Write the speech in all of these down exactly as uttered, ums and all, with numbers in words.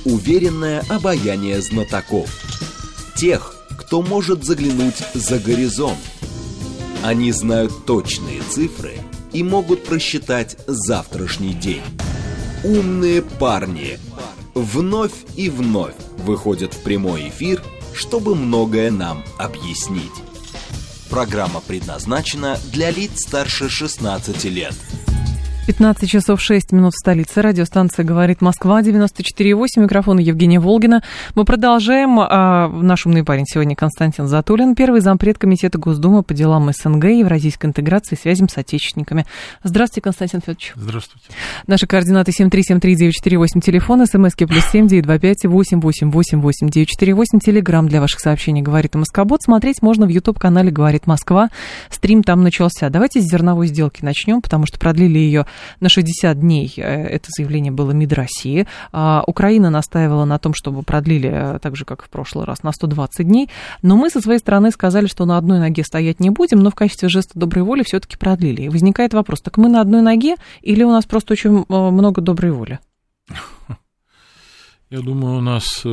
Уверенное обаяние знатоков. Тех, кто может заглянуть за горизонт. Они знают точные цифры и могут просчитать завтрашний день. Умные парни вновь и вновь выходят в прямой эфир, чтобы многое нам объяснить. Программа предназначена для лиц старше шестнадцати лет. пятнадцать часов шесть минут в столице. Радиостанция «Говорит Москва», девяносто четыре и восемь. Микрофон Евгения Волгина. Мы продолжаем. А, наш умный парень сегодня Константин Затулин, первый зампред Комитета Госдумы по делам СНГ, евразийской интеграции и связям с отечественниками. Здравствуйте, Константин Федорович. Здравствуйте. Наши координаты семь три семь три девять четыре восемь, телефон, смски плюс семь девять два пять восемь восемь восемь восемь девять четыре восемь, телеграмм для ваших сообщений «Говорит МСК-бот». Смотреть можно в YouTube-канале «Говорит Москва». Стрим там начался. Давайте с зерновой сделки начнем, потому что продлили ее на шестьдесят дней. Это заявление было МИД России. А, Украина настаивала на том, чтобы продлили, так же, как в прошлый раз, на сто двадцать дней. Но мы со своей стороны сказали, что на одной ноге стоять не будем, но в качестве жеста доброй воли все-таки продлили. И возникает вопрос, так мы на одной ноге или у нас просто очень много доброй воли? Я думаю, у нас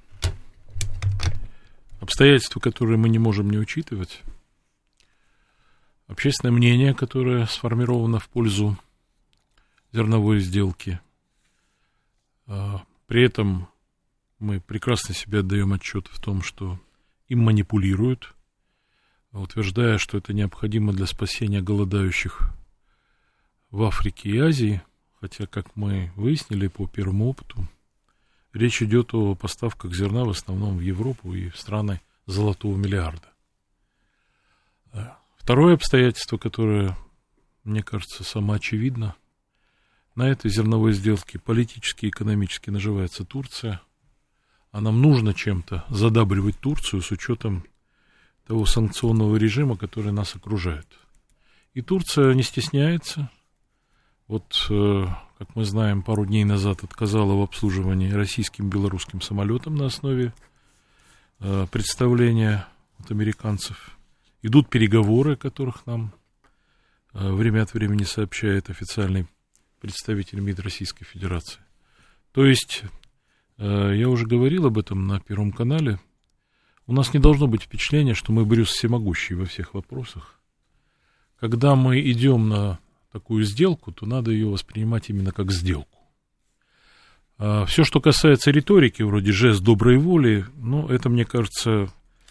обстоятельства, которые мы не можем не учитывать, общественное мнение, которое сформировано в пользу зерновой сделки. При этом мы прекрасно себе отдаем отчет в том, что им манипулируют, утверждая, что это необходимо для спасения голодающих в Африке и Азии, хотя, как мы выяснили по первому опыту, речь идет о поставках зерна в основном в Европу и в страны золотого миллиарда. Второе обстоятельство, которое, мне кажется, самоочевидно, на этой зерновой сделке политически и экономически наживается Турция, а нам нужно чем-то задабривать Турцию с учетом того санкционного режима, который нас окружает. И Турция не стесняется. Вот, как мы знаем, пару дней назад отказала в обслуживании российским и белорусским самолетам на основе представления от американцев. Идут переговоры, о которых нам время от времени сообщает официальный представитель МИД Российской Федерации. То есть, я уже говорил об этом на Первом канале, у нас не должно быть впечатления, что мы Брюс всемогущий во всех вопросах. Когда мы идем на такую сделку, то надо ее воспринимать именно как сделку. Все, что касается риторики, вроде жест доброй воли, ну, это, мне кажется,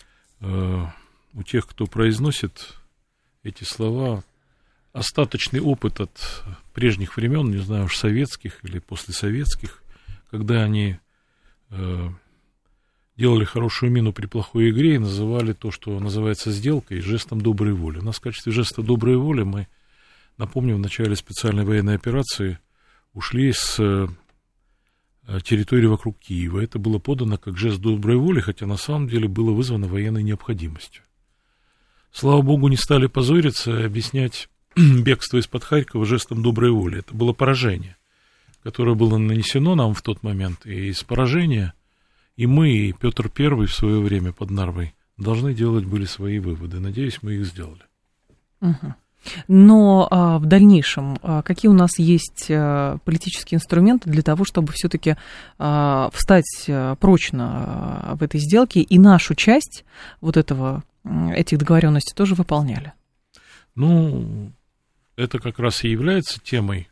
у тех, кто произносит эти слова, остаточный опыт от прежних времен, не знаю уж, советских или послесоветских, когда они э, делали хорошую мину при плохой игре и называли то, что называется сделкой, жестом доброй воли. У нас в качестве жеста доброй воли мы, напомню, в начале специальной военной операции ушли с э, территории вокруг Киева. Это было подано как жест доброй воли, хотя на самом деле было вызвано военной необходимостью. Слава богу, не стали позориться и объяснять бегство из-под Харькова жестом доброй воли. Это было поражение, которое было нанесено нам в тот момент. И из поражения и мы, и Петр Первый в свое время под Нарвой должны делать были свои выводы. Надеюсь, мы их сделали. Угу. Но а, в дальнейшем а, какие у нас есть а, политические инструменты для того, чтобы все-таки а, встать а, прочно а, в этой сделке и нашу часть вот этого, этих договоренностей тоже выполняли? Ну, это как раз и является темой.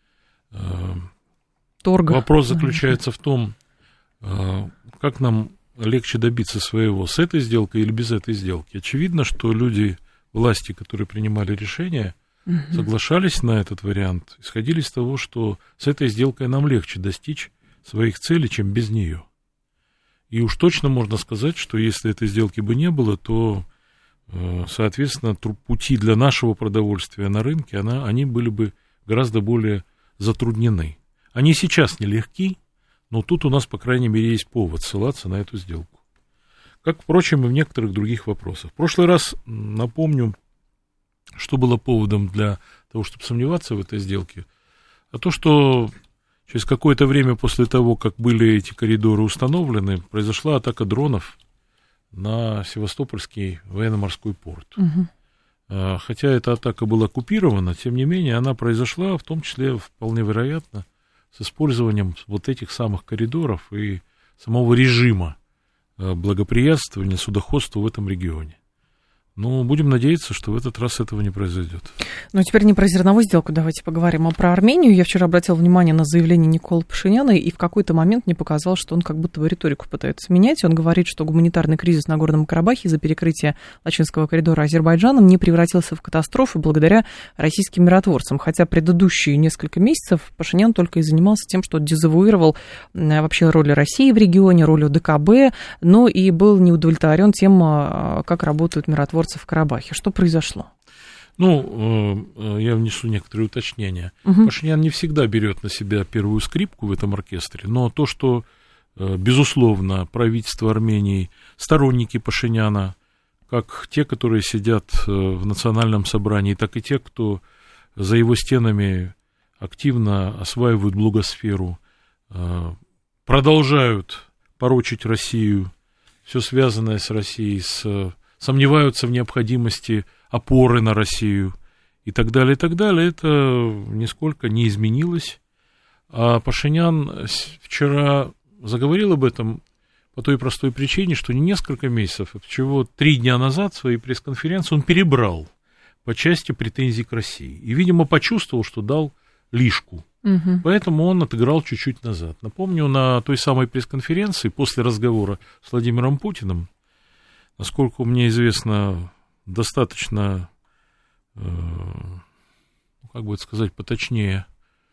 Торга. Вопрос заключается в том, как нам легче добиться своего, с этой сделкой или без этой сделки. Очевидно, что люди власти, которые принимали решения, угу. соглашались на этот вариант, исходили из того, что с этой сделкой нам легче достичь своих целей, чем без нее. И уж точно можно сказать, что если этой сделки бы не было, то, соответственно, пути для нашего продовольствия на рынке, она, они были бы гораздо более затруднены. Они сейчас нелегки, но тут у нас, по крайней мере, есть повод ссылаться на эту сделку. Как, впрочем, и в некоторых других вопросах. В прошлый раз, напомню, что было поводом для того, чтобы сомневаться в этой сделке, а то, что через какое-то время после того, как были эти коридоры установлены, произошла атака дронов на Севастопольский военно-морской порт. Угу. Хотя эта атака была купирована, тем не менее, она произошла, в том числе, вполне вероятно, с использованием вот этих самых коридоров и самого режима благоприятствования судоходству в этом регионе. Но будем надеяться, что в этот раз этого не произойдет. Ну, теперь не про зерновую сделку давайте поговорим, а про Армению. Я вчера обратила внимание на заявление Николы Пашиняна, и в какой-то момент мне показалось, что он как будто бы риторику пытается менять. Он говорит, что гуманитарный кризис на Горном Карабахе из-за перекрытия Лачинского коридора Азербайджаном не превратился в катастрофу благодаря российским миротворцам. Хотя предыдущие несколько месяцев Пашинян только и занимался тем, что дезавуировал вообще роль России в регионе, роль ОДКБ, но и был не удовлетворен тем, как работают миротворцы в Карабахе. Что произошло? Ну, я внесу некоторые уточнения. Угу. Пашинян не всегда берет на себя первую скрипку в этом оркестре, но то, что, безусловно, правительство Армении, сторонники Пашиняна, как те, которые сидят в национальном собрании, так и те, кто за его стенами активно осваивают блогосферу, продолжают порочить Россию, все связанное с Россией, с... сомневаются в необходимости опоры на Россию и так далее, и так далее, это нисколько не изменилось. А Пашинян вчера заговорил об этом по той простой причине, что не несколько месяцев, а всего три дня назад в своей пресс-конференции он перебрал по части претензий к России. И, видимо, почувствовал, что дал лишку. Угу. Поэтому он отыграл чуть-чуть назад. Напомню, на той самой пресс-конференции после разговора с Владимиром Путиным, насколько мне известно, достаточно, э, как бы это сказать поточнее,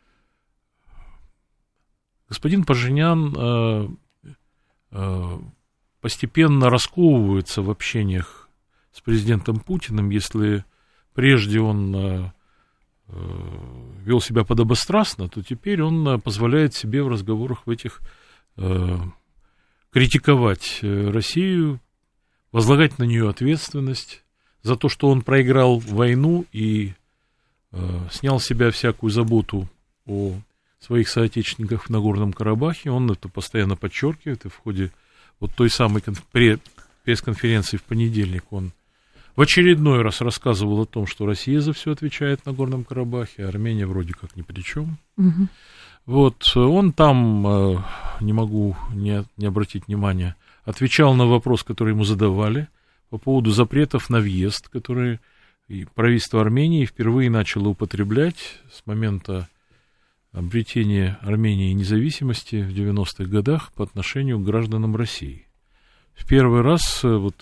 господин Пашинян э, э, постепенно расковывается в общениях с президентом Путиным. Если прежде он э, э, вел себя подобострастно, то теперь он позволяет себе в разговорах в этих э, критиковать Россию, возлагать на нее ответственность за то, что он проиграл войну и э, снял с себя всякую заботу о своих соотечественниках в Нагорном Карабахе. Он это постоянно подчеркивает, и в ходе вот той самой конф... пресс-конференции в понедельник он в очередной раз рассказывал о том, что Россия за все отвечает в Нагорном Карабахе, а Армения вроде как ни при чем. Угу. Вот, он там, э, не могу не, не обратить внимания, отвечал на вопрос, который ему задавали по поводу запретов на въезд, которые правительство Армении впервые начало употреблять с момента обретения Армении независимости в девяностых годах по отношению к гражданам России. В первый раз, вот,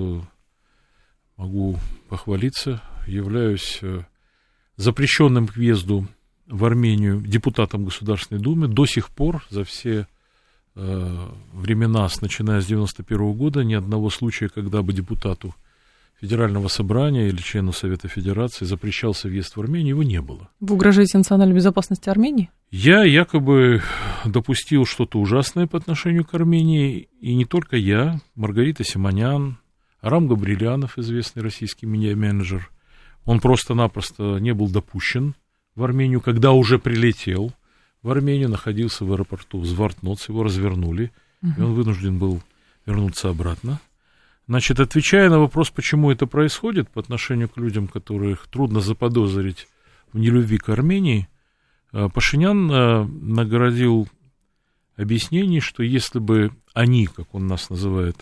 могу похвалиться, являюсь запрещенным к въезду в Армению депутатом Государственной Думы. До сих пор за все времена, начиная с девяносто первого года, ни одного случая, когда бы депутату Федерального собрания или члену Совета Федерации запрещался въезд в Армению, его не было. Вы угрожаете национальной безопасности Армении? Я якобы допустил что-то ужасное по отношению к Армении, и не только я, Маргарита Симонян, Арам Габрилянов, известный российский медиа-менеджер, он просто-напросто не был допущен в Армению, когда уже прилетел в Армению, находился в аэропорту Звартноц, его развернули, uh-huh. и он вынужден был вернуться обратно. Значит, отвечая на вопрос, почему это происходит по отношению к людям, которых трудно заподозрить в нелюбви к Армении, Пашинян наградил объяснений, что если бы они, как он нас называет,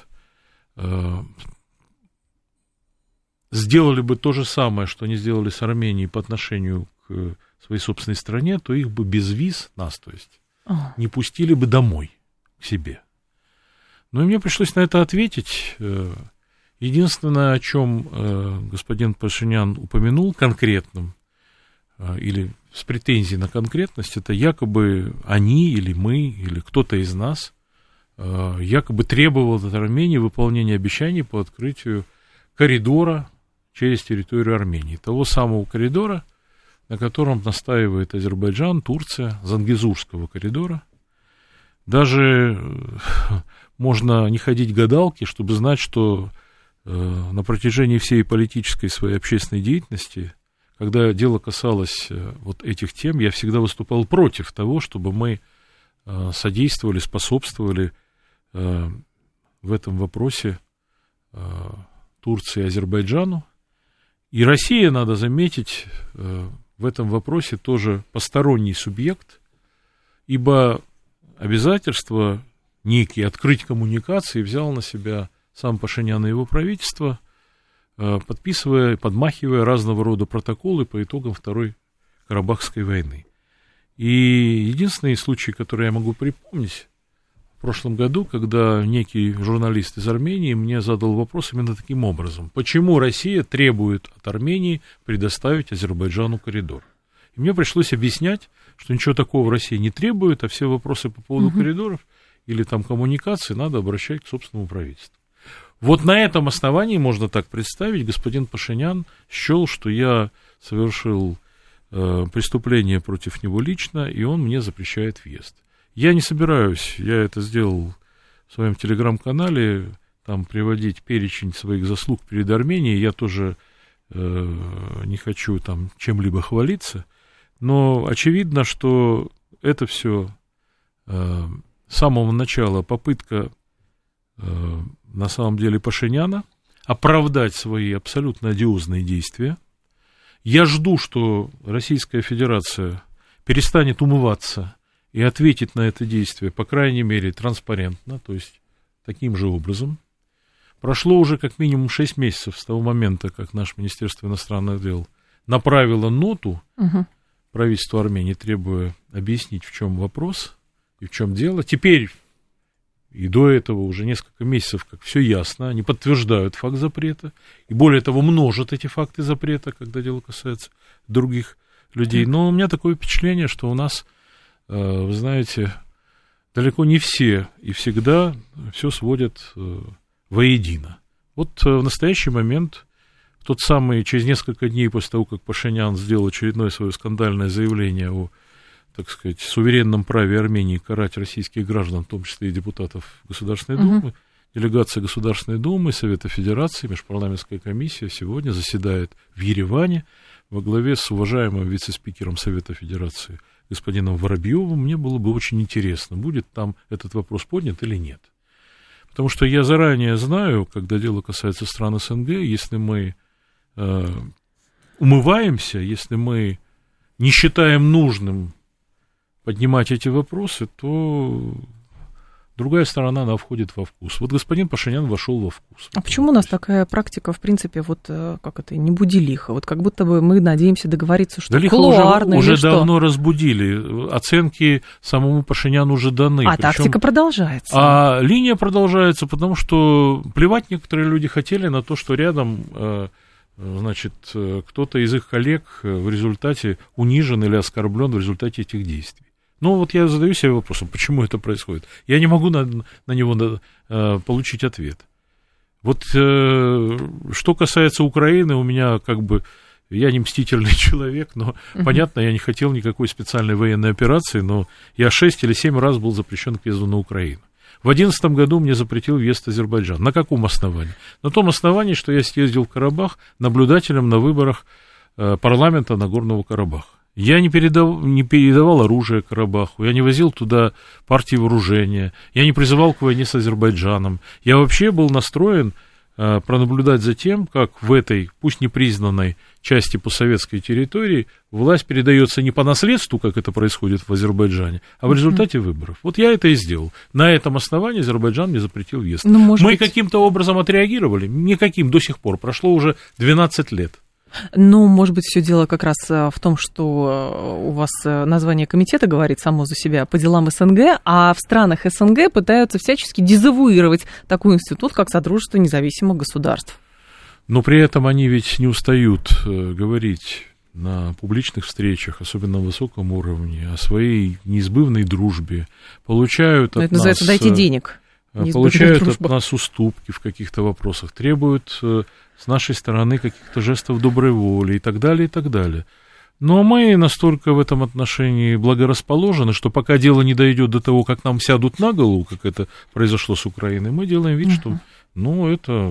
сделали бы то же самое, что они сделали с Арменией по отношению к своей собственной стране, то их бы без виз, нас, то есть, oh. не пустили бы домой к себе. Ну, и мне пришлось на это ответить. Единственное, о чем господин Пашинян упомянул конкретным, или с претензией на конкретность, это якобы они, или мы, или кто-то из нас якобы требовал от Армении выполнения обещаний по открытию коридора через территорию Армении. Того самого коридора, на котором настаивает Азербайджан, Турция, Зангезурского коридора. Даже можно не ходить гадалки, чтобы знать, что э, на протяжении всей политической своей общественной деятельности, когда дело касалось э, вот этих тем, я всегда выступал против того, чтобы мы э, содействовали, способствовали э, в этом вопросе э, Турции и Азербайджану. И Россия, надо заметить, э, в этом вопросе тоже посторонний субъект, ибо обязательства некие открыть коммуникации взял на себя сам Пашинян и его правительство, подписывая, подмахивая разного рода протоколы по итогам Второй Карабахской войны. И единственный случай, который я могу припомнить, в прошлом году, когда некий журналист из Армении мне задал вопрос именно таким образом. Почему Россия требует от Армении предоставить Азербайджану коридор? И мне пришлось объяснять, что ничего такого Россия не требует, а все вопросы по поводу угу. коридоров или там коммуникации надо обращать к собственному правительству. Вот на этом основании, можно так представить, господин Пашинян счел, что я совершил э, преступление против него лично, и он мне запрещает въезд. Я не собираюсь, я это сделал в своем телеграм-канале, там приводить перечень своих заслуг перед Арменией, я тоже э, не хочу там чем-либо хвалиться, но очевидно, что это все э, с самого начала попытка э, на самом деле Пашиняна оправдать свои абсолютно одиозные действия. Я жду, что Российская Федерация перестанет умываться и ответит на это действие, по крайней мере, транспарентно, то есть таким же образом. Прошло уже как минимум шесть месяцев с того момента, как наше Министерство иностранных дел направило ноту угу. правительству Армении, требуя объяснить, в чем вопрос и в чем дело. Теперь, и до этого уже несколько месяцев, как все ясно, они подтверждают факт запрета, и более того, множат эти факты запрета, когда дело касается других людей. Но у меня такое впечатление, что у нас, вы знаете, далеко не все и всегда все сводят воедино. Вот в настоящий момент, в тот самый, через несколько дней после того, как Пашинян сделал очередное свое скандальное заявление о, так сказать, суверенном праве Армении карать российских граждан, в том числе и депутатов Государственной Думы, uh-huh. делегация Государственной Думы, Совета Федерации, Межпарламентская комиссия сегодня заседает в Ереване во главе с уважаемым вице-спикером Совета Федерации господином Воробьевым. Мне было бы очень интересно, будет там этот вопрос поднят или нет. Потому что я заранее знаю, когда дело касается стран СНГ, если мы э, умываемся, если мы не считаем нужным поднимать эти вопросы, то другая сторона, она входит во вкус. Вот господин Пашинян вошел во вкус. А почему у нас такая практика, в принципе, вот как это, не буди лихо? Вот как будто бы мы надеемся договориться, что да кулуарно уже, или уже что? давно разбудили. Оценки самому Пашиняну уже даны. А Причем, тактика продолжается. А линия продолжается, потому что плевать некоторые люди хотели на то, что рядом, значит, кто-то из их коллег в результате унижен или оскорблен в результате этих действий. Ну, вот я задаю себе вопросом, почему это происходит. Я не могу на, на него на, э, получить ответ. Вот э, что касается Украины, у меня как бы, я не мстительный человек, но, uh-huh. понятно, я не хотел никакой специальной военной операции, но я шесть или семь раз был запрещен к въезду на Украину. В две тысячи одиннадцатом году мне запретил въезд Азербайджан. На каком основании? На том основании, что я съездил в Карабах наблюдателем на выборах э, парламента Нагорного Карабаха. Я не передавал, не передавал оружие Карабаху, я не возил туда партии вооружения, я не призывал к войне с Азербайджаном. Я вообще был настроен э, пронаблюдать за тем, как в этой, пусть непризнанной части постсоветской территории власть передается не по наследству, как это происходит в Азербайджане, а в результате выборов. Вот я это и сделал. На этом основании Азербайджан мне запретил въезд. Ну, Мы быть... каким-то образом отреагировали? Никаким до сих пор. Прошло уже двенадцать лет. Ну, может быть, все дело как раз в том, что у вас название комитета говорит само за себя по делам СНГ, а в странах СНГ пытаются всячески дезавуировать такой институт, как Содружество независимых государств. Но при этом они ведь не устают говорить на публичных встречах, особенно на высоком уровне, о своей неизбывной дружбе, получают Но от это нас... называется «дайте денег». Получают от нас уступки в каких-то вопросах, требуют с нашей стороны каких-то жестов доброй воли и так далее, и так далее. Но мы настолько в этом отношении благорасположены, что пока дело не дойдет до того, как нам сядут на голову, как это произошло с Украиной, мы делаем вид, uh-huh. что, ну, это...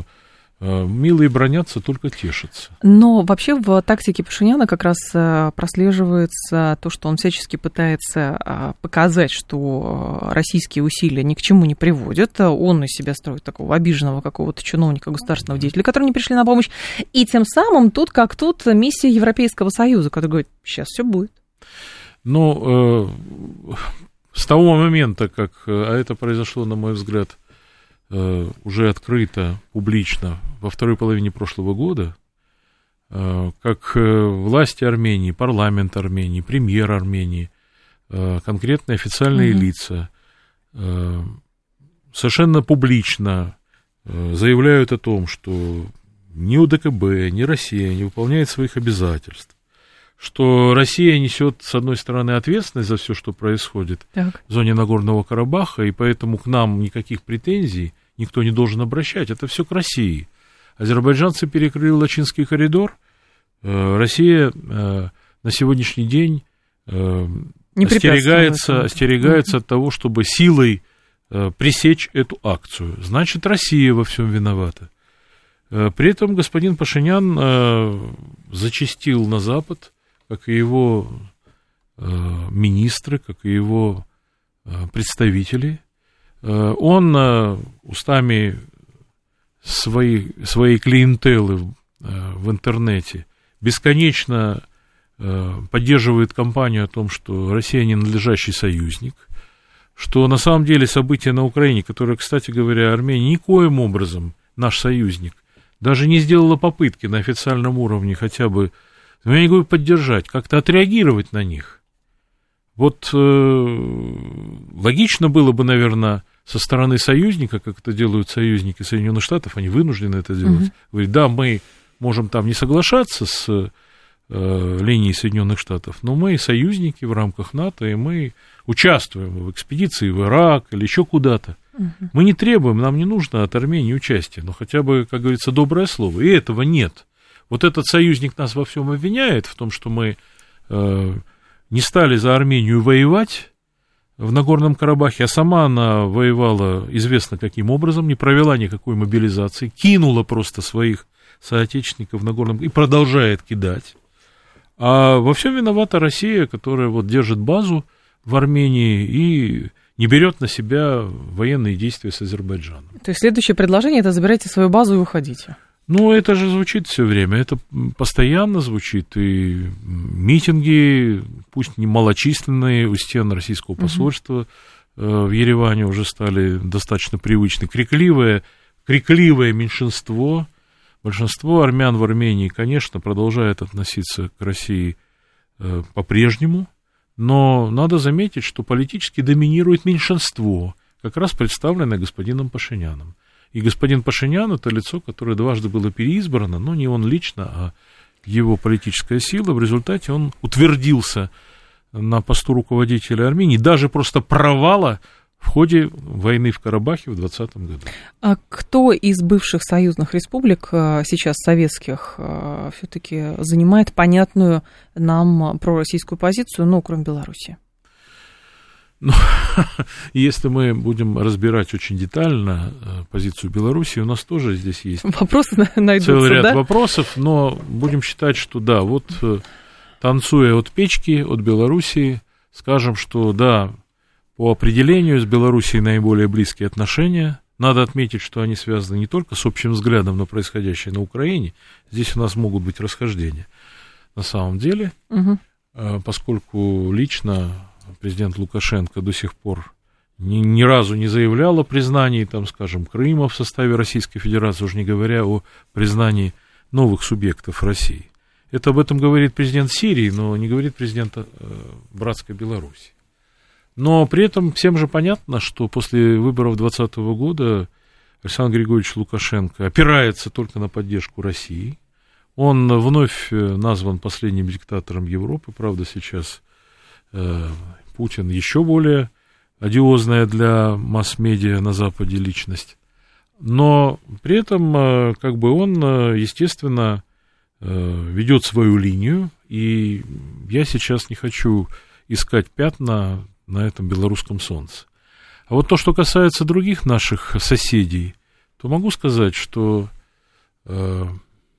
Милые бронятся, только тешатся. Но вообще в тактике Пашиняна как раз прослеживается то, что он всячески пытается показать, что российские усилия ни к чему не приводят. Он из себя строит такого обиженного какого-то чиновника, государственного деятеля, которые не пришли на помощь. И тем самым тут как тут миссия Европейского Союза, который говорит, сейчас все будет. Ну, с того момента, как, а это произошло, на мой взгляд, уже открыто, публично, во второй половине прошлого года, как власти Армении, парламент Армении, премьер Армении, конкретные официальные mm-hmm. лица совершенно публично заявляют о том, что ни ОДКБ, ни Россия не выполняет своих обязательств, что Россия несет, с одной стороны, ответственность за все, что происходит так. в зоне Нагорного Карабаха, и поэтому к нам никаких претензий никто не должен обращать. Это все к России. Азербайджанцы перекрыли Лачинский коридор. Россия на сегодняшний день остерегается, остерегается mm-hmm. от того, чтобы силой пресечь эту акцию. Значит, Россия во всем виновата. При этом господин Пашинян зачастил на Запад, как и его министры, как и его представители. Он устами своей, своей клиентелы в интернете бесконечно поддерживает кампанию о том, что Россия ненадлежащий союзник, что на самом деле события на Украине, которые, кстати говоря, Армения никоим образом наш союзник, даже не сделала попытки на официальном уровне хотя бы, ну, я не говорю поддержать, как-то отреагировать на них. Вот э, логично было бы, наверное, со стороны союзника, как это делают союзники Соединенных Штатов, они вынуждены это делать, mm-hmm. говорить, да, мы можем там не соглашаться с э, линией Соединенных Штатов, но мы союзники в рамках НАТО, и мы участвуем в экспедиции в Ирак или еще куда-то. Mm-hmm. Мы не требуем, нам не нужно от Армении участия, но хотя бы, как говорится, доброе слово, и этого нет. Вот этот союзник нас во всем обвиняет, в том, что мы э, не стали за Армению воевать в Нагорном Карабахе, а сама она воевала известно каким образом, не провела никакой мобилизации, кинула просто своих соотечественников в Нагорном и продолжает кидать. А во всем виновата Россия, которая вот держит базу в Армении и не берет на себя военные действия с Азербайджаном. То есть следующее предложение – это забирайте свою базу и уходите. Ну, это же звучит все время, это постоянно звучит, и митинги, пусть не малочисленные, у стен российского посольства uh-huh. в Ереване уже стали достаточно привычны. Крикливое, крикливое меньшинство, большинство армян в Армении, конечно, продолжает относиться к России по-прежнему, но надо заметить, что политически доминирует меньшинство, как раз представленное господином Пашиняном. И господин Пашинян – это лицо, которое дважды было переизбрано, но не он лично, а его политическая сила. В результате он утвердился на посту руководителя Армении, даже просто провала в ходе войны в Карабахе в двадцатом году. А кто из бывших союзных республик, сейчас советских, все-таки занимает понятную нам пророссийскую позицию, ну, кроме Беларуси? Ну, если мы будем разбирать очень детально позицию Беларуси, у нас тоже здесь есть вопросы найдутся, целый ряд да? вопросов, но будем считать, что да, вот танцуя от печки, от Белоруссии, скажем, что да, по определению с Белоруссией наиболее близкие отношения. Надо отметить, что они связаны не только с общим взглядом на происходящее на Украине, здесь у нас могут быть расхождения на самом деле, угу. поскольку лично президент Лукашенко до сих пор ни, ни разу не заявлял о признании, там, скажем, Крыма в составе Российской Федерации, уже не говоря о признании новых субъектов России. Это об этом говорит президент Сирии, но не говорит президент э, братской Беларуси. Но при этом всем же понятно, что после выборов двадцатого года Александр Григорьевич Лукашенко опирается только на поддержку России. Он вновь назван последним диктатором Европы, правда, сейчас Путин еще более одиозная для масс-медиа на Западе личность. Но при этом, как бы он, естественно, ведет свою линию, и я сейчас не хочу искать пятна на этом белорусском солнце. А вот то, что касается других наших соседей, то могу сказать, что в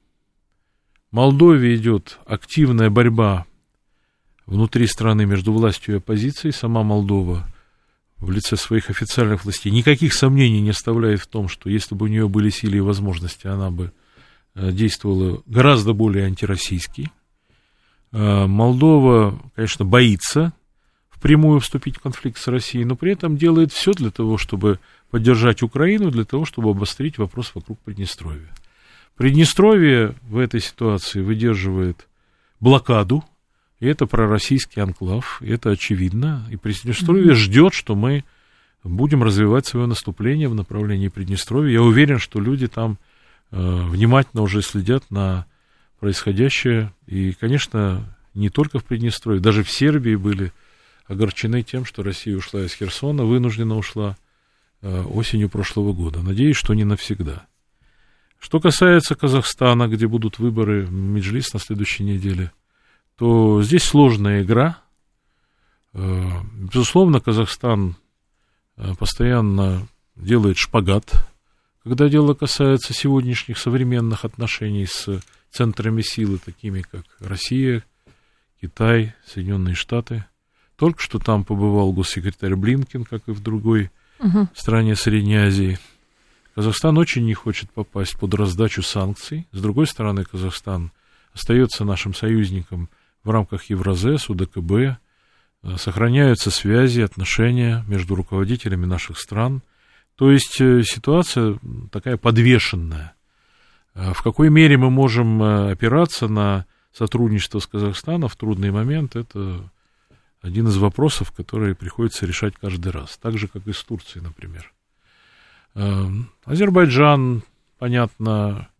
Молдове идет активная борьба внутри страны между властью и оппозицией. Сама Молдова в лице своих официальных властей никаких сомнений не оставляет в том, что если бы у нее были силы и возможности, она бы действовала гораздо более антироссийски. Молдова, конечно, боится впрямую вступить в конфликт с Россией, но при этом делает все для того, чтобы поддержать Украину, для того, чтобы обострить вопрос вокруг Приднестровья. Приднестровье в этой ситуации выдерживает блокаду, и это пророссийский анклав, и это очевидно, и Приднестровье mm-hmm. ждет, что мы будем развивать свое наступление в направлении Приднестровья. Я уверен, что люди там э, внимательно уже следят на происходящее, и, конечно, не только в Приднестровье, даже в Сербии были огорчены тем, что Россия ушла из Херсона, вынуждена ушла э, осенью прошлого года. Надеюсь, что не навсегда. Что касается Казахстана, где будут выборы в Меджлис на следующей неделе, то здесь сложная игра. Э, безусловно, Казахстан э, постоянно делает шпагат, когда дело касается сегодняшних современных отношений с центрами силы, такими как Россия, Китай, Соединенные Штаты. Только что там побывал госсекретарь Блинкен, как и в другой угу. стране Средней Азии. Казахстан очень не хочет попасть под раздачу санкций. С другой стороны, Казахстан остается нашим союзником в рамках Евразес, УДКБ. Сохраняются связи, отношения между руководителями наших стран. То есть ситуация такая подвешенная. В какой мере мы можем опираться на сотрудничество с Казахстаном в трудный момент, это один из вопросов, которые приходится решать каждый раз, так же, как и с Турцией, например. Азербайджан, понятно,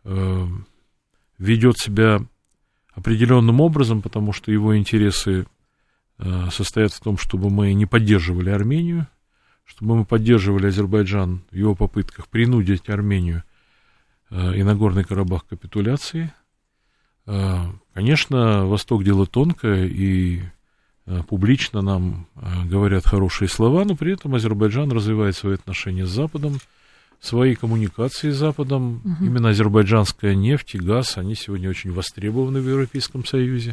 ведет себя определенным образом, потому что его интересы состоят в том, чтобы мы не поддерживали Армению, чтобы мы поддерживали Азербайджан в его попытках принудить Армению и Нагорный Карабах к капитуляции. Конечно, Восток дело тонкое, и публично нам говорят хорошие слова, но при этом Азербайджан развивает свои отношения с Западом, свои коммуникации с Западом. Угу. Именно азербайджанская нефть и газ, они сегодня очень востребованы в Европейском Союзе.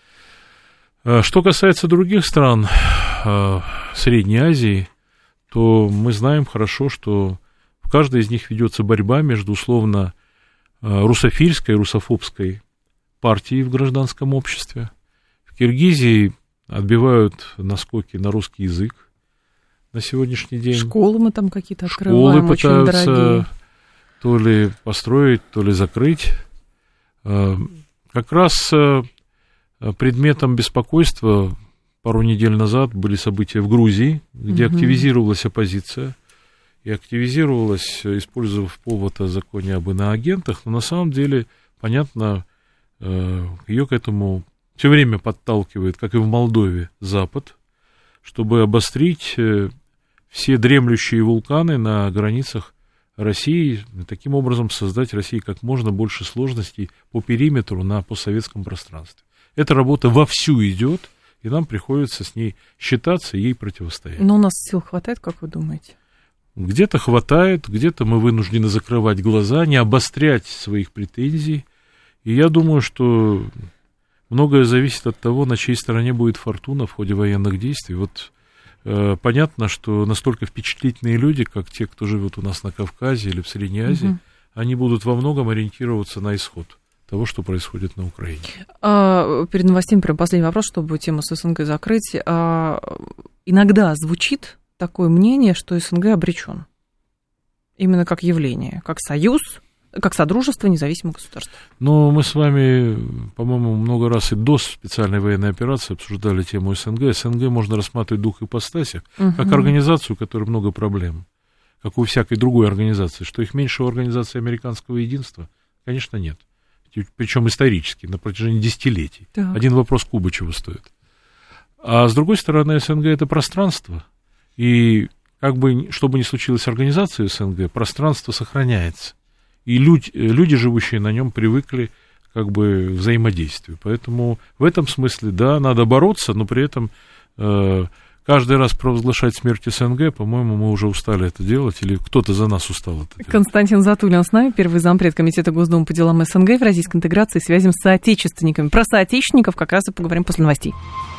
Что касается других стран Средней Азии, то мы знаем хорошо, что в каждой из них ведется борьба между условно русофильской и русофобской партией в гражданском обществе. В Киргизии отбивают наскоки на русский язык на сегодняшний день. Школы мы там какие-то открываем, Школы очень пытаются дорогие. То ли построить, то ли закрыть. Как раз предметом беспокойства пару недель назад были события в Грузии, где угу. активизировалась оппозиция. И активизировалась, использовав повод о законе об иноагентах, но на самом деле, понятно, ее к этому все время подталкивает, как и в Молдове, Запад, чтобы обострить все дремлющие вулканы на границах России, и таким образом создать России как можно больше сложностей по периметру на постсоветском пространстве. Эта работа вовсю идет, и нам приходится с ней считаться и ей противостоять. Но у нас сил хватает, как вы думаете? Где-то хватает, где-то мы вынуждены закрывать глаза, не обострять своих претензий. И я думаю, что многое зависит от того, на чьей стороне будет фортуна в ходе военных действий. Вот э, понятно, что настолько впечатлительные люди, как те, кто живет у нас на Кавказе или в Средней Азии, угу. они будут во многом ориентироваться на исход того, что происходит на Украине. А, перед новостями прям последний вопрос, чтобы тему с СНГ закрыть. А, иногда звучит такое мнение, что СНГ обречен. Именно как явление, как союз, как содружество независимых государств. Ну, мы с вами, по-моему, много раз и до специальной военной операции обсуждали тему СНГ. СНГ можно рассматривать в двух ипостасях, угу. как организацию, у которой много проблем, как у всякой другой организации. Что их меньше у организации американского единства? Конечно, нет. Причем исторически, на протяжении десятилетий. Так. Один вопрос Куба чего стоит. А с другой стороны, СНГ — это пространство. И как бы, что бы ни случилось с организацией СНГ, пространство сохраняется. И люди, люди, живущие на нем, привыкли как бы к взаимодействию. Поэтому в этом смысле, да, надо бороться, но при этом э, каждый раз провозглашать смерть СНГ, по-моему, мы уже устали это делать, или кто-то за нас устал это делать. Константин Затулин с нами, первый зампред Комитета Госдумы по делам СНГ, евразийской интеграции и связям с соотечественниками. Про соотечественников как раз и поговорим после новостей.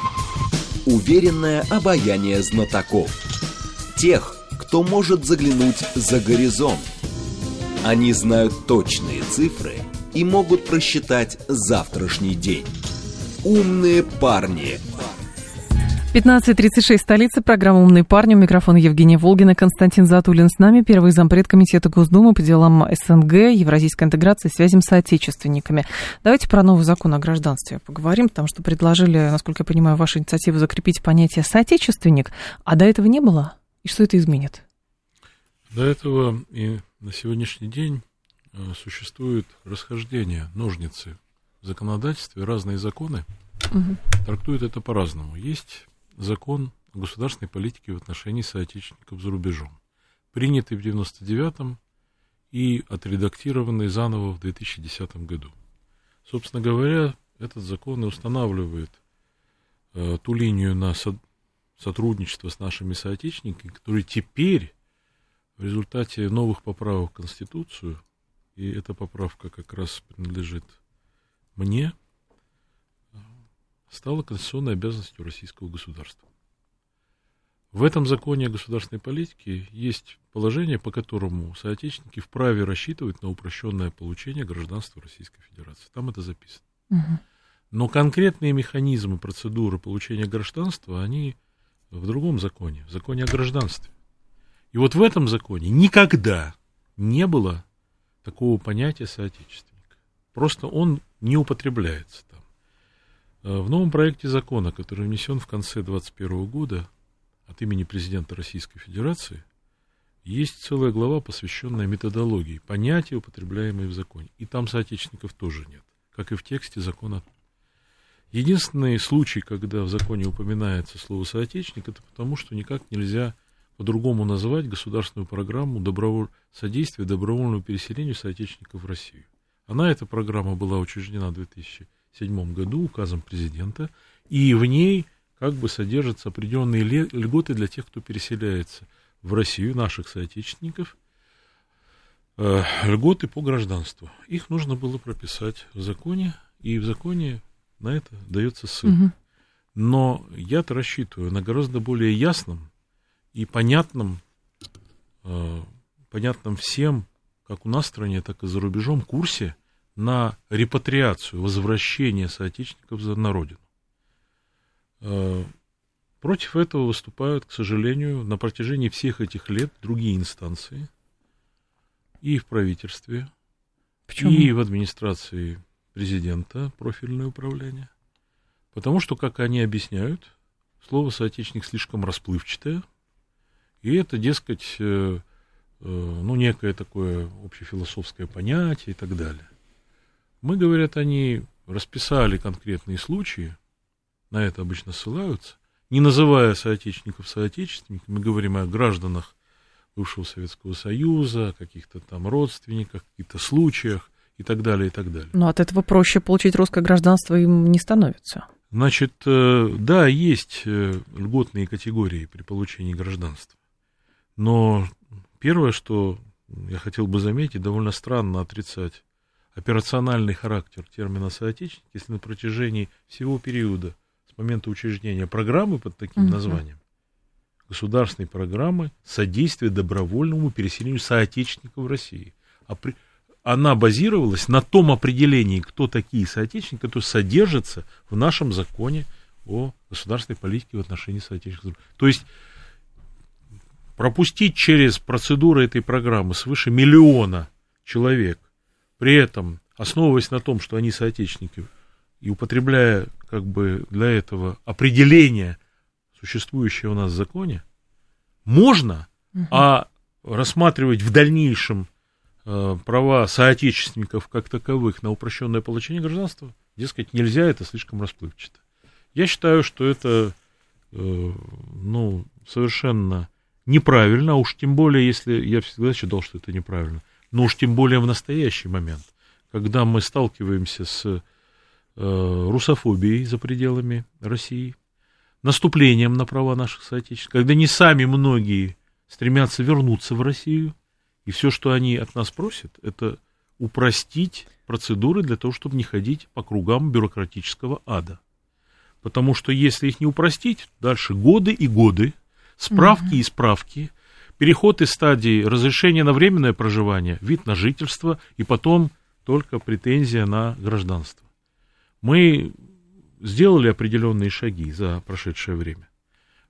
Уверенное обаяние знатоков. Тех, кто может заглянуть за горизонт. Они знают точные цифры и могут просчитать завтрашний день. Умные парни. пятнадцать тридцать шесть, столица, программа «Умные парни». У микрофона Евгения Волгина, Константин Затулин с нами, первый зампред Комитета Госдумы по делам СНГ, евразийской интеграции и связям с соотечественниками. Давайте про новый закон о гражданстве поговорим, потому что предложили, насколько я понимаю, вашу инициативу закрепить понятие «соотечественник», а до этого не было. И что это изменит? До этого и на сегодняшний день существует расхождение, ножницы в законодательстве, разные законы угу. трактуют это по-разному. Есть закон о государственной политике в отношении соотечественников за рубежом, принятый в девяносто девятом и отредактированный заново в две тысячи десятом году. Собственно говоря, этот закон и устанавливает э, ту линию на со- сотрудничество с нашими соотечественниками, которые теперь в результате новых поправок в Конституцию, и эта поправка как раз принадлежит мне, стала конституционной обязанностью российского государства. В этом законе о государственной политике есть положение, по которому соотечественники вправе рассчитывать на упрощенное получение гражданства Российской Федерации. Там это записано. Угу. Но конкретные механизмы, процедуры получения гражданства, они в другом законе, в законе о гражданстве. И вот в этом законе никогда не было такого понятия соотечественника. Просто он не употребляется там. В новом проекте закона, который внесен в конце двадцать первого года от имени президента Российской Федерации, есть целая глава, посвященная методологии, понятия, употребляемые в законе. И там соотечественников тоже нет, как и в тексте закона. Единственный случай, когда в законе упоминается слово «соотечественник», это потому, что никак нельзя по-другому назвать государственную программу доброволь... содействия добровольному переселению соотечественников в Россию. Она, эта программа, была учреждена в две тысячи седьмом году указом президента, и в ней как бы содержатся определенные льготы для тех, кто переселяется в Россию, наших соотечественников, э, льготы по гражданству. Их нужно было прописать в законе, и в законе на это дается ссылка. Угу. Но я-то рассчитываю на гораздо более ясном и понятном, э, понятном всем, как у нас в стране, так и за рубежом, курсе на репатриацию, возвращение соотечественников на родину. Э, против этого выступают, к сожалению, на протяжении всех этих лет другие инстанции и в правительстве, Почему? и в администрации президента, профильное управление. Потому что, как они объясняют, слово «соотечественник» слишком расплывчатое, и это, дескать, э, э, ну, некое такое общефилософское понятие и так далее. Мы, говорят, они расписали конкретные случаи, на это обычно ссылаются, не называя соотечественников соотечественниками, мы говорим о гражданах бывшего Советского Союза, о каких-то там родственниках, каких-то случаях и так далее, и так далее. Но от этого проще получить русское гражданство им не становится. Значит, да, есть льготные категории при получении гражданства. Но первое, что я хотел бы заметить, довольно странно отрицать операциональный характер термина «соотечественник», если на протяжении всего периода, с момента учреждения программы под таким uh-huh. названием, государственной программы содействия добровольному переселению соотечественников в России, а при... она базировалась на том определении, кто такие соотечественники, которые содержатся в нашем законе о государственной политике в отношении соотечественников. То есть пропустить через процедуру этой программы свыше миллиона человек, при этом основываясь на том, что они соотечественники, и употребляя как бы для этого определение, существующее у нас в законе, можно, угу. а рассматривать в дальнейшем э, права соотечественников как таковых на упрощенное получение гражданства, дескать, нельзя, это слишком расплывчато. Я считаю, что это э, ну, совершенно неправильно, а уж тем более, если я всегда считал, что это неправильно, но уж тем более в настоящий момент, когда мы сталкиваемся с э, русофобией за пределами России, наступлением на права наших соотечественников, когда не сами многие стремятся вернуться в Россию, и все, что они от нас просят, это упростить процедуры для того, чтобы не ходить по кругам бюрократического ада. Потому что если их не упростить, дальше годы и годы, справки и справки, переход из стадии разрешения на временное проживание, вид на жительство, и потом только претензия на гражданство. Мы сделали определенные шаги за прошедшее время.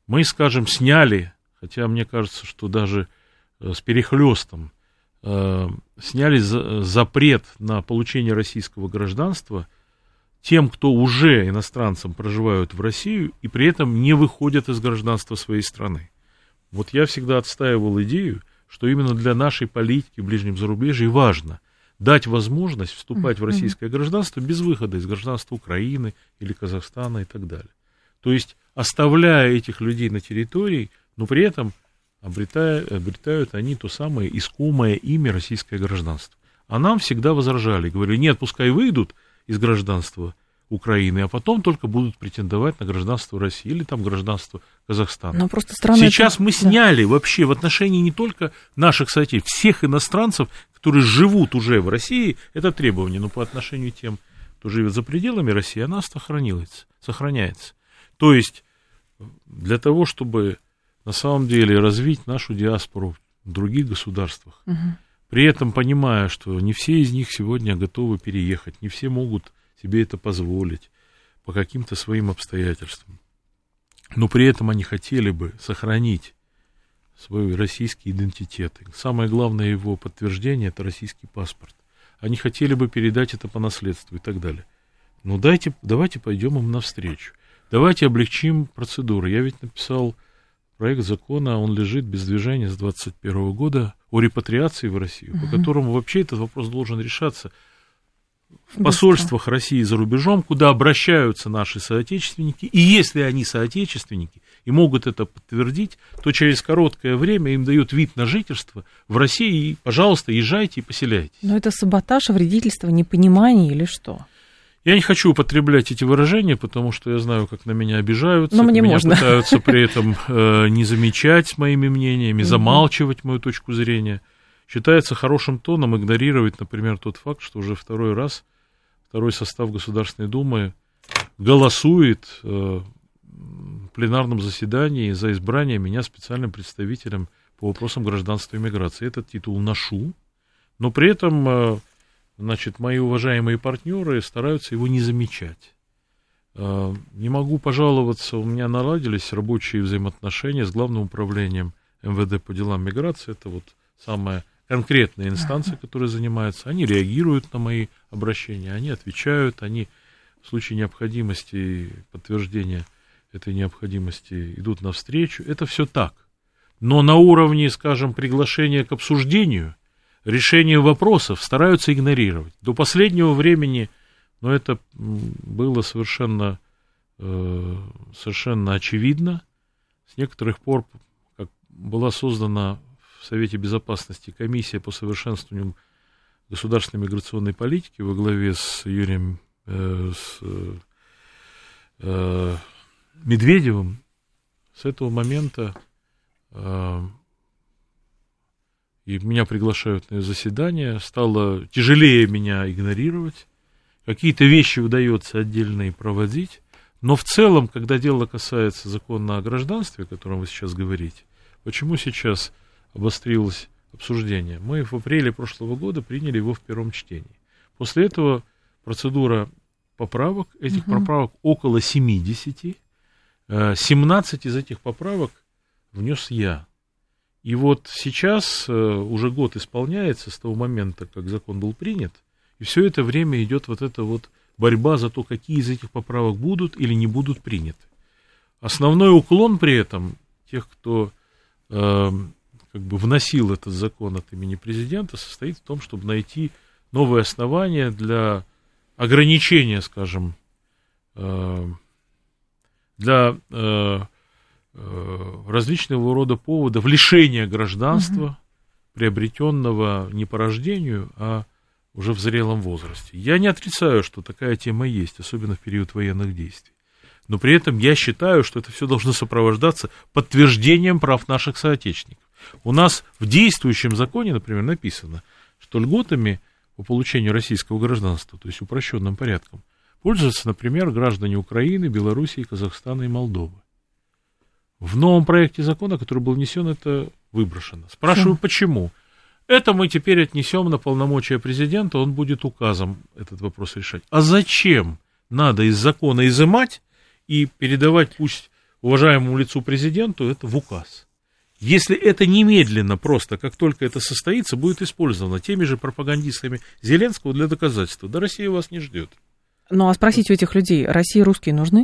мы, скажем, сняли, хотя мне кажется, что даже с перехлестом, э, сняли за, запрет на получение российского гражданства тем, кто уже иностранцам проживают в Россию и при этом не выходят из гражданства своей страны. Вот я всегда отстаивал идею, что именно для нашей политики в ближнем зарубежье важно дать возможность вступать в российское гражданство без выхода из гражданства Украины или Казахстана и так далее. То есть, оставляя этих людей на территории, но при этом обретая, обретают они то самое искомое ими российское гражданство. А нам всегда возражали, говорили, нет, пускай выйдут из гражданства Украины, а потом только будут претендовать на гражданство России или там гражданство Казахстана. Но просто странно Сейчас это... мы сняли да. вообще в отношении не только наших соотечественников, всех иностранцев, которые живут уже в России, это требование, но по отношению к тем, кто живет за пределами России, она сохранилась, сохраняется. То есть для того, чтобы на самом деле развить нашу диаспору в других государствах, угу. при этом понимая, что не все из них сегодня готовы переехать, не все могут себе это позволить по каким-то своим обстоятельствам. Но при этом они хотели бы сохранить свой российский идентитет. И самое главное его подтверждение – это российский паспорт. Они хотели бы передать это по наследству и так далее. Но дайте, давайте пойдем им навстречу. Давайте облегчим процедуры. Я ведь написал проект закона, он лежит без движения с двадцать первого года, о репатриации в Россию, угу. по которому вообще этот вопрос должен решаться в посольствах России за рубежом, куда обращаются наши соотечественники, и если они соотечественники и могут это подтвердить, то через короткое время им дают вид на жительство в России, и, пожалуйста, езжайте и поселяйтесь. Но это саботаж, вредительство, непонимание или что? Я не хочу употреблять эти выражения, потому что я знаю, как на меня обижаются, но мне меня можно. Пытаются при этом э, не замечать моими мнениями, замалчивать мою точку зрения. Считается хорошим тоном игнорировать, например, тот факт, что уже второй раз второй состав Государственной Думы голосует э, в пленарном заседании за избрание меня специальным представителем по вопросам гражданства и миграции. Этот титул ношу, но при этом э, значит, мои уважаемые партнеры стараются его не замечать. Э, не могу пожаловаться, у меня наладились рабочие взаимоотношения с Главным управлением эм вэ дэ по делам миграции. Это вот самая конкретные инстанции, которые занимаются, они реагируют на мои обращения, они отвечают, они в случае необходимости, подтверждения этой необходимости идут навстречу. Это все так. Но на уровне, скажем, приглашения к обсуждению, решения вопросов стараются игнорировать. До последнего времени, но это было совершенно, совершенно очевидно. С некоторых пор, как была создана в Совете Безопасности комиссия по совершенствованию государственной миграционной политики во главе с Юрием э, с, э, Медведевым, с этого момента э, и меня приглашают на заседание, стало тяжелее меня игнорировать, какие-то вещи удается отдельные проводить, но в целом, когда дело касается закона о гражданстве, о котором вы сейчас говорите, почему сейчас обострилось обсуждение? Мы в апреле прошлого года приняли его в первом чтении. После этого процедура поправок, этих угу. поправок около семидесяти, семнадцать из этих поправок внес я. И вот сейчас уже год исполняется с того момента, как закон был принят, и все это время идет вот эта вот борьба за то, какие из этих поправок будут или не будут приняты. Основной уклон при этом тех, кто э, как бы вносил этот закон от имени президента, состоит в том, чтобы найти новые основания для ограничения, скажем, э, для э, э, различного рода поводов лишения гражданства, угу. приобретенного не по рождению, а уже в зрелом возрасте. Я не отрицаю, что такая тема есть, особенно в период военных действий. Но при этом я считаю, что это все должно сопровождаться подтверждением прав наших соотечественников. У нас в действующем законе, например, написано, что льготами по получению российского гражданства, то есть упрощенным порядком, пользуются, например, граждане Украины, Белоруссии, Казахстана и Молдовы. В новом проекте закона, который был внесен, это выброшено. Спрашиваю, почему? Это мы теперь отнесем на полномочия президента, он будет указом этот вопрос решать. А зачем надо из закона изымать и передавать, пусть уважаемому лицу президенту это в указ. Если это немедленно, просто как только это состоится, будет использовано теми же пропагандистами Зеленского для доказательства, да Россия вас не ждет. Ну, а спросите у этих людей, России русские нужны?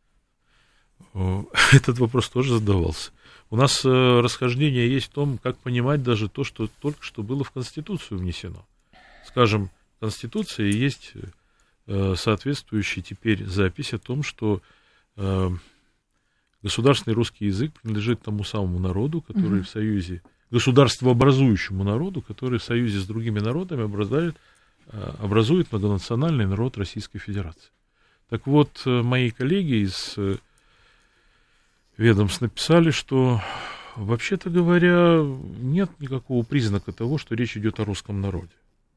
Этот вопрос тоже задавался. У нас расхождение есть в том, как понимать даже то, что только что было в Конституцию внесено. Скажем, в Конституции есть соответствующая теперь запись о том, что государственный русский язык принадлежит тому самому народу, который mm-hmm. в союзе, государствообразующему народу, который в союзе с другими народами образует, образует многонациональный народ Российской Федерации. Так вот, мои коллеги из ведомств написали, что, вообще-то говоря, нет никакого признака того, что речь идет о русском народе.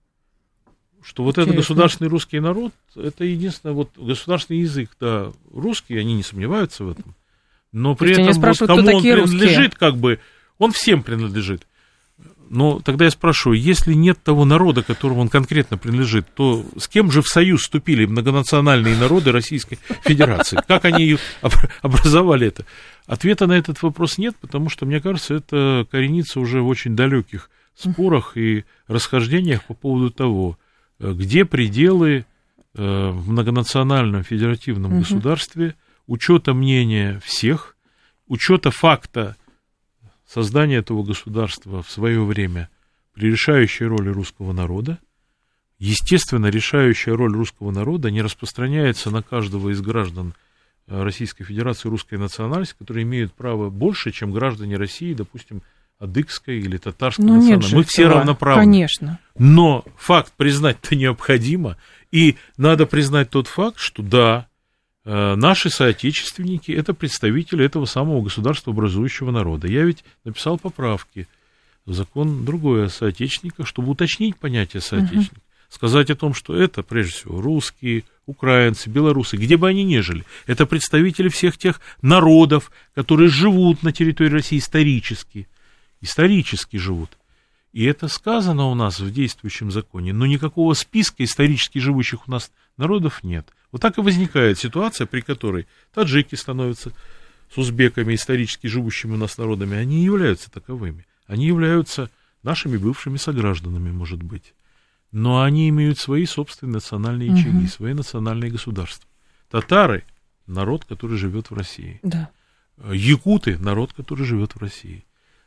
Что вот Интересно. Этот государственный русский народ, это единственное, вот государственный язык, да, русский, они не сомневаются в этом, но при этом вот, кому он принадлежит, русские? Как бы, он всем принадлежит. Но тогда я спрашиваю, если нет того народа, которому он конкретно принадлежит, то с кем же в союз вступили многонациональные народы Российской Федерации? Как они образовали это? Ответа на этот вопрос нет, потому что, мне кажется, это коренится уже в очень далеких спорах и расхождениях по поводу того, где пределы в многонациональном федеративном угу. государстве учета мнения всех, учета факта создания этого государства в свое время при решающей роли русского народа. Естественно, решающая роль русского народа не распространяется на каждого из граждан Российской Федерации русской национальности, которые имеют право больше, чем граждане России, допустим, адыгской или татарской ну, национальности. Мы все равноправны. Конечно. Но факт признать-то необходимо. И надо признать тот факт, что да, наши соотечественники – это представители этого самого государствообразующего народа. Я ведь написал поправки в закон другой о соотечественниках, чтобы уточнить понятие соотечественника. Uh-huh. Сказать о том, что это, прежде всего, русские, украинцы, белорусы, где бы они ни жили. Это представители всех тех народов, которые живут на территории России исторически. Исторически живут. И это сказано у нас в действующем законе, но никакого списка исторически живущих у нас народов нет. Вот так и возникает ситуация, при которой таджики становятся с узбеками, исторически живущими у нас народами. Они не являются таковыми. Они являются нашими бывшими согражданами, может быть. Но они имеют свои собственные национальные ячейки, угу. свои национальные государства. Татары – народ, который живет в России. Да. Якуты – народ, который живет в России.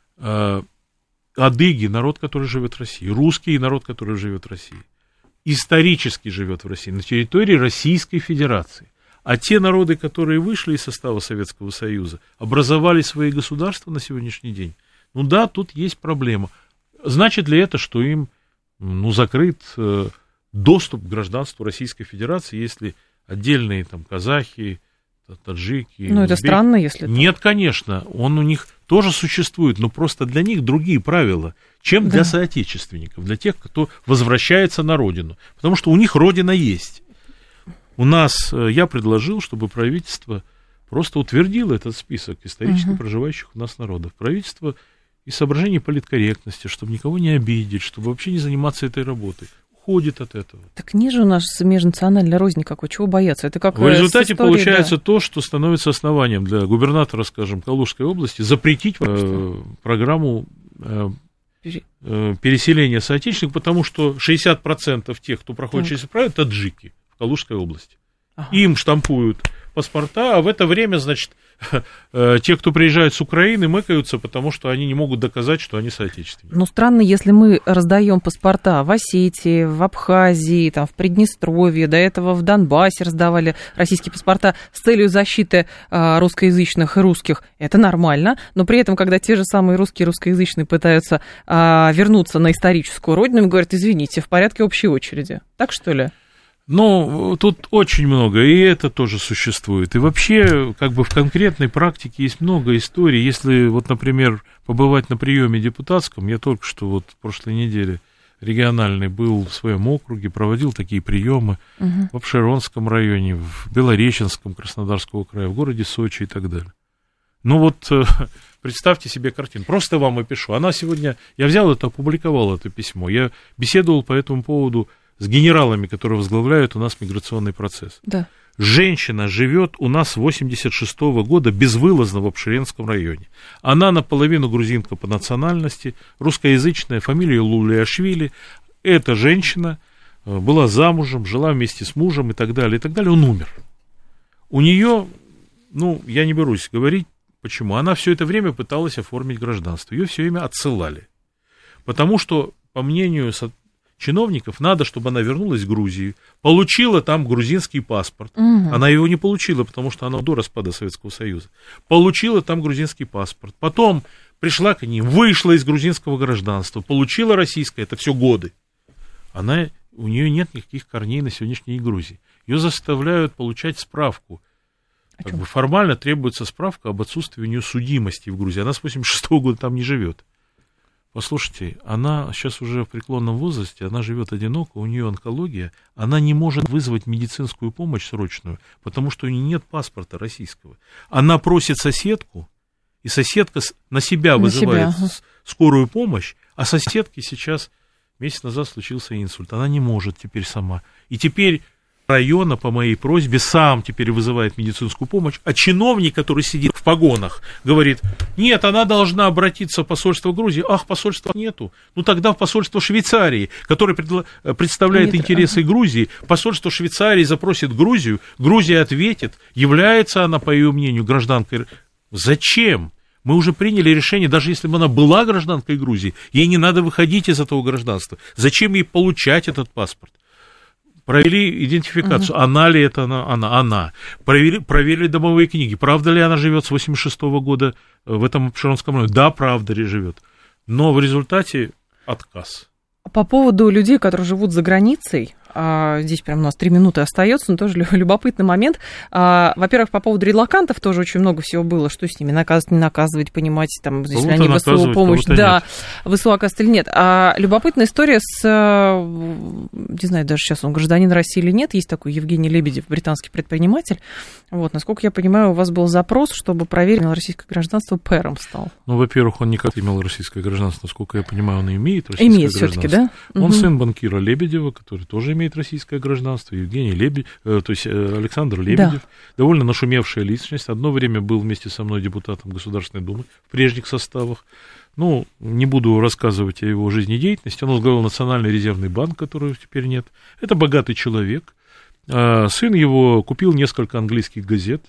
Адыги – народ, который живет в России. Русские – народ, который живет в России. Исторически живет в России, на территории Российской Федерации. А те народы, которые вышли из состава Советского Союза, образовали свои государства на сегодняшний день. Ну да, тут есть проблема. Значит ли это, что им ну, закрыт э, доступ к гражданству Российской Федерации, если отдельные там казахи, таджики... Ну, это странно, если... Нет, конечно, он у них тоже существует, но просто для них другие правила, чем для да. соотечественников, для тех, кто возвращается на родину. Потому что у них родина есть. У нас, я предложил, чтобы правительство просто утвердило этот список исторически угу. проживающих у нас народов. Правительство из соображений политкорректности, чтобы никого не обидеть, чтобы вообще не заниматься этой работой. Уходит от этого. Так ниже у нас межнациональная рознь никакой, чего бояться? Это как в результате истории, получается да. то, что становится основанием для губернатора, скажем, Калужской области запретить э, программу э, Пере... э, переселения соотечественников, потому что шестьдесят процентов тех, кто проходит так. через правила, таджики в Калужской области. Ага. Им штампуют паспорта, а в это время, значит, те, кто приезжают с Украины, мыкаются, потому что они не могут доказать, что они соотечественники. Ну, странно, если мы раздаем паспорта в Осетии, в Абхазии, там, в Приднестровье, до этого в Донбассе раздавали российские паспорта с целью защиты а, русскоязычных и русских. Это нормально, но при этом, когда те же самые русские и русскоязычные пытаются а, вернуться на историческую родину, им говорят, извините, в порядке общей очереди. Так что ли? Ну, тут очень много, и это тоже существует. И вообще, как бы в конкретной практике есть много историй. Если, вот, например, побывать на приеме депутатском, я только что вот в прошлой неделе региональный был в своем округе, проводил такие приемы угу. в Обширонском районе, в Белореченском Краснодарского края, в городе Сочи и так далее. Ну вот, представьте себе картину, просто вам опишу. Она сегодня, я взял это, опубликовал это письмо, я беседовал по этому поводу с генералами, которые возглавляют у нас миграционный процесс. Да. женщина живет у нас с восемьдесят шестого года безвылазно в Обширенском районе. Она наполовину грузинка по национальности, русскоязычная, фамилия Лулиашвили. Эта женщина была замужем, жила вместе с мужем и так далее, и так далее. Он умер. У нее, ну, я не берусь говорить, почему. Она все это время пыталась оформить гражданство. Ее все время отсылали. Потому что, по мнению чиновников, надо, чтобы она вернулась в Грузию, получила там грузинский паспорт. Угу. Она его не получила, потому что она до распада Советского Союза. Получила там грузинский паспорт. Потом пришла к ним, вышла из грузинского гражданства, получила российское, это все годы. Она, у нее нет никаких корней на сегодняшней Грузии. Ее заставляют получать справку. Как бы формально требуется справка об отсутствии у нее судимости в Грузии. Она с восемьдесят шестого года там не живет. Послушайте, она сейчас уже в преклонном возрасте, она живет одиноко, у нее онкология, она не может вызвать медицинскую помощь срочную, потому что у нее нет паспорта российского. Она просит соседку, и соседка на себя на вызывает себя. скорую помощь, а соседке сейчас месяц назад случился инсульт. Она не может теперь сама. И теперь района по моей просьбе сам теперь вызывает медицинскую помощь, а чиновник, который сидит в погонах, говорит, нет, она должна обратиться в посольство Грузии. Ах, посольства нету. Ну тогда в посольство Швейцарии, которое представляет нет, интересы ага. Грузии, посольство Швейцарии запросит Грузию, Грузия ответит, является она, по ее мнению, гражданкой. Зачем? Мы уже приняли решение, даже если бы она была гражданкой Грузии, ей не надо выходить из этого гражданства. Зачем ей получать этот паспорт? Провели идентификацию, угу. она ли это она, она, она. Проверили, проверили домовые книги, правда ли она живет с восемьдесят шестого года в этом Обширонском районе? Да, правда ли живет. Но в результате отказ. По поводу людей, которые живут за границей, а, здесь прям у нас три минуты остается, но тоже любопытный момент. А, во-первых, по поводу релокантов тоже очень много всего было, что с ними наказывать, не наказывать, понимать, там, если они ВСУ помощь, да, ВСУ оказывают или нет. А любопытная история с, не знаю, даже сейчас он гражданин России или нет, есть такой Евгений Лебедев, британский предприниматель. Вот, насколько я понимаю, у вас был запрос, чтобы проверить, российское гражданство пэром стал. Ну, во-первых, он никак не имел российское гражданство, насколько я понимаю, он имеет российское имеет гражданство. Все-таки, да? Он угу. сын банкира Лебедева, который тоже имеет российское гражданство, Евгений Лебедев, э, то есть э, Александр Лебедев, да. довольно нашумевшая личность, одно время был вместе со мной депутатом Государственной Думы в прежних составах. Ну, не буду рассказывать о его жизнедеятельности, он возглавлял Национальный резервный банк, которого теперь нет. Это богатый человек. А сын его купил несколько английских газет,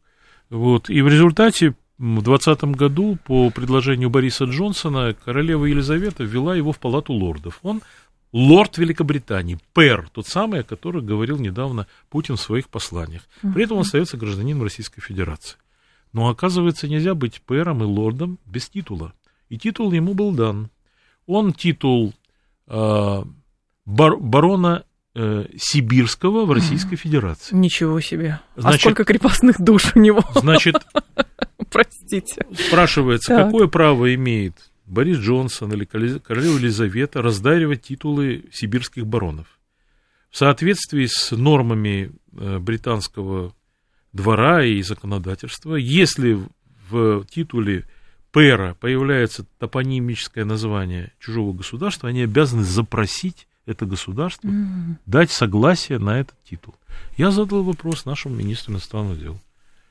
вот, и в результате в двадцатом году по предложению Бориса Джонсона королева Елизавета ввела его в Палату лордов. Он лорд Великобритании, пэр, тот самый, о котором говорил недавно Путин в своих посланиях. При этом он остается гражданином Российской Федерации. Но, оказывается, нельзя быть пэром и лордом без титула. И титул ему был дан. Он титул э, бар, барона э, Сибирского в Российской Федерации. Ничего себе. Значит, а сколько крепостных душ у него? Значит, простите. Спрашивается, так. какое право имеет Борис Джонсон или королева Елизавета раздаривать титулы сибирских баронов? В соответствии с нормами британского двора и законодательства, если в титуле пэра появляется топонимическое название чужого государства, они обязаны запросить это государство, mm-hmm. дать согласие на этот титул. Я задал вопрос нашему министру иностранных дел.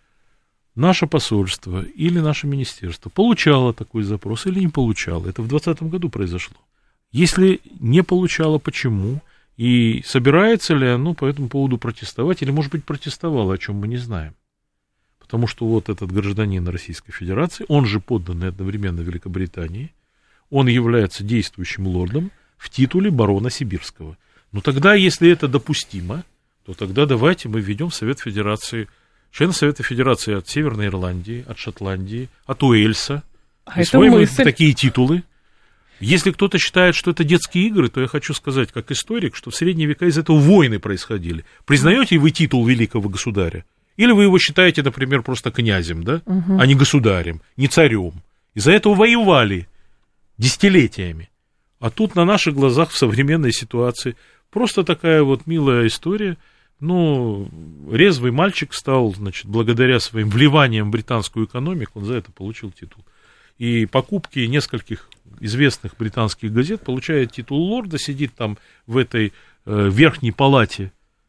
Наше посольство или наше министерство получало такой запрос или не получало? Это в двадцатом году произошло. Если не получало, почему? И собирается ли оно по этому поводу протестовать? Или, может быть, протестовало, о чем мы не знаем? Потому что вот этот гражданин Российской Федерации, он же подданный одновременно Великобритании, он является действующим лордом в титуле барона Сибирского. Ну тогда, если это допустимо, то тогда давайте мы введем в Совет Федерации члены Совета Федерации от Северной Ирландии, от Шотландии, от Уэльса. А это мысль. Такие титулы. Если кто-то считает, что это детские игры, то я хочу сказать, как историк, что в средние века из этого войны происходили. Признаете вы титул великого государя? Или вы его считаете, например, просто князем, да? Угу. А не государем, не царем? Из-за этого воевали десятилетиями. А тут на наших глазах в современной ситуации просто такая вот милая история. Ну, резвый мальчик стал, значит, благодаря своим вливаниям в британскую экономику, он за это получил титул. И покупки нескольких известных британских газет получает титул лорда, сидит там в этой э, верхней палате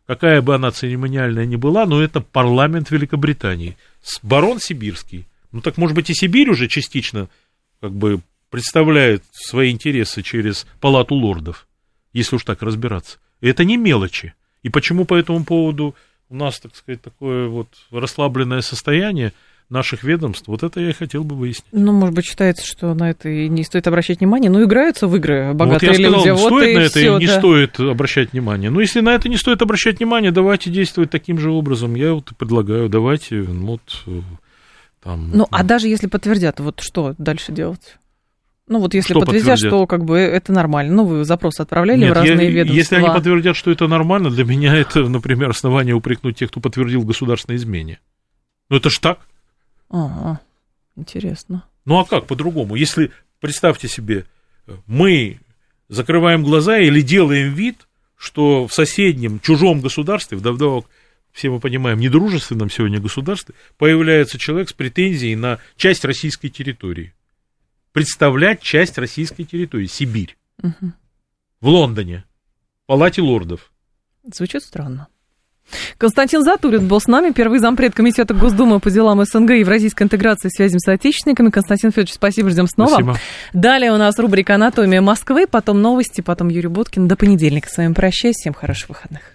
какая бы она церемониальная ни была, но это парламент Великобритании. Барон Сибирский. Ну так, может быть, и Сибирь уже частично как бы представляет свои интересы через Палату лордов, если уж так разбираться. И это не мелочи. И почему по этому поводу у нас, так сказать, такое вот расслабленное состояние наших ведомств, вот это я и хотел бы выяснить. Ну, может быть, считается, что на это и не стоит обращать внимание, но играются в игры богатые люди. Вот я сказал, вот стоит на это все, или не да. стоит обращать внимание. Ну, если на это не стоит обращать внимание, давайте действовать таким же образом. Я вот предлагаю, давайте, вот, там... Ну, а даже если подтвердят, вот что дальше делать? Ну, вот если что подтвердят, подтвердят? Что как бы это нормально. Ну, вы запрос отправляли Нет, в разные я, ведомства. Если они подтвердят, что это нормально, для меня это, например, основание упрекнуть тех, кто подтвердил государственной измене. Ну, это ж так. Ага, интересно. Ну, а как по-другому? Если, представьте себе, мы закрываем глаза или делаем вид, что в соседнем, чужом государстве, вдобавок, все мы понимаем, недружественном сегодня государстве, появляется человек с претензией на часть российской территории. Представлять часть российской территории, Сибирь, угу. В Лондоне, в Палате лордов. Звучит странно. Константин Затулин был с нами, первый зампред комитета Госдумы по делам СНГ и евразийской интеграции и связям с соотечественниками. Константин Федорович, спасибо, ждем снова. Спасибо. Далее у нас рубрика «Анатомия Москвы», потом новости, потом Юрий Буткин. До понедельника с вами прощаюсь, всем хороших выходных.